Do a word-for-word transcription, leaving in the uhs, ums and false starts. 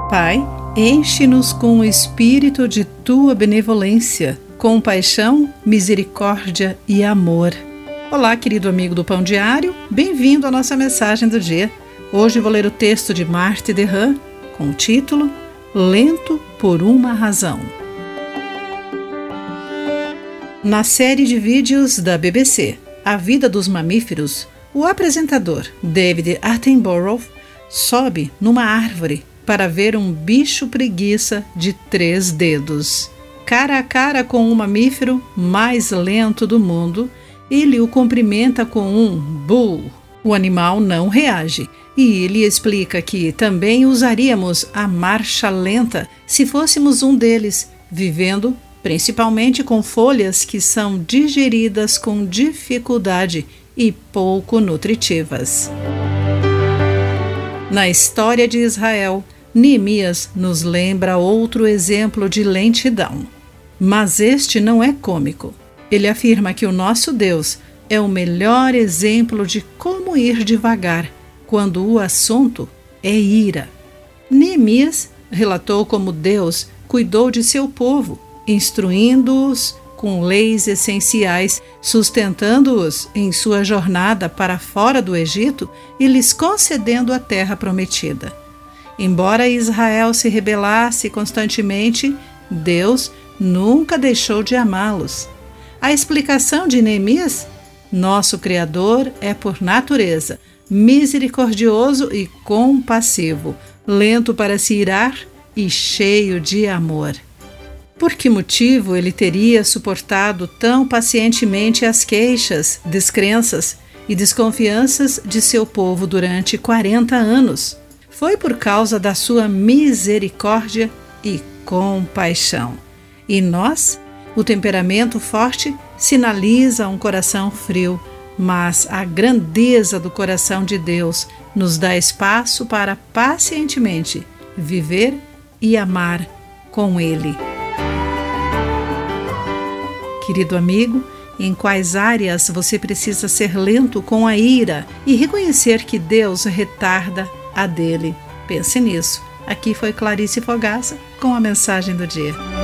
Pai, enche-nos com o espírito de Tua benevolência, compaixão, misericórdia e amor. Olá, querido amigo do Pão Diário, bem-vindo à nossa mensagem do dia. Hoje vou ler o texto de Marthe Dehan com o título Lento por uma razão. Na série de vídeos da B B C, A Vida dos Mamíferos, o apresentador David Attenborough sobe numa árvore para ver um bicho preguiça de três dedos. Cara a cara com o mamífero mais lento do mundo, ele o cumprimenta com um bull. O animal não reage e ele explica que também usaríamos a marcha lenta se fôssemos um deles, vivendo principalmente com folhas que são digeridas com dificuldade e pouco nutritivas. Na história de Israel, Neemias nos lembra outro exemplo de lentidão. Mas este não é cômico. Ele afirma que o nosso Deus é o melhor exemplo de como ir devagar quando o assunto é ira. Neemias relatou como Deus cuidou de seu povo, instruindo-os com leis essenciais, sustentando-os em sua jornada para fora do Egito e lhes concedendo a terra prometida. Embora Israel se rebelasse constantemente, Deus nunca deixou de amá-los. A explicação de Neemias? Nosso Criador é, por natureza, misericordioso e compassivo, lento para se irar e cheio de amor. Por que motivo ele teria suportado tão pacientemente as queixas, descrenças e desconfianças de seu povo durante quarenta anos? Foi por causa da sua misericórdia e compaixão. E nós? O temperamento forte sinaliza um coração frio, mas a grandeza do coração de Deus nos dá espaço para pacientemente viver e amar com Ele. Querido amigo, em quais áreas você precisa ser lento com a ira e reconhecer que Deus retarda a dele? Pense nisso. Aqui foi Clarice Fogaça com a mensagem do dia.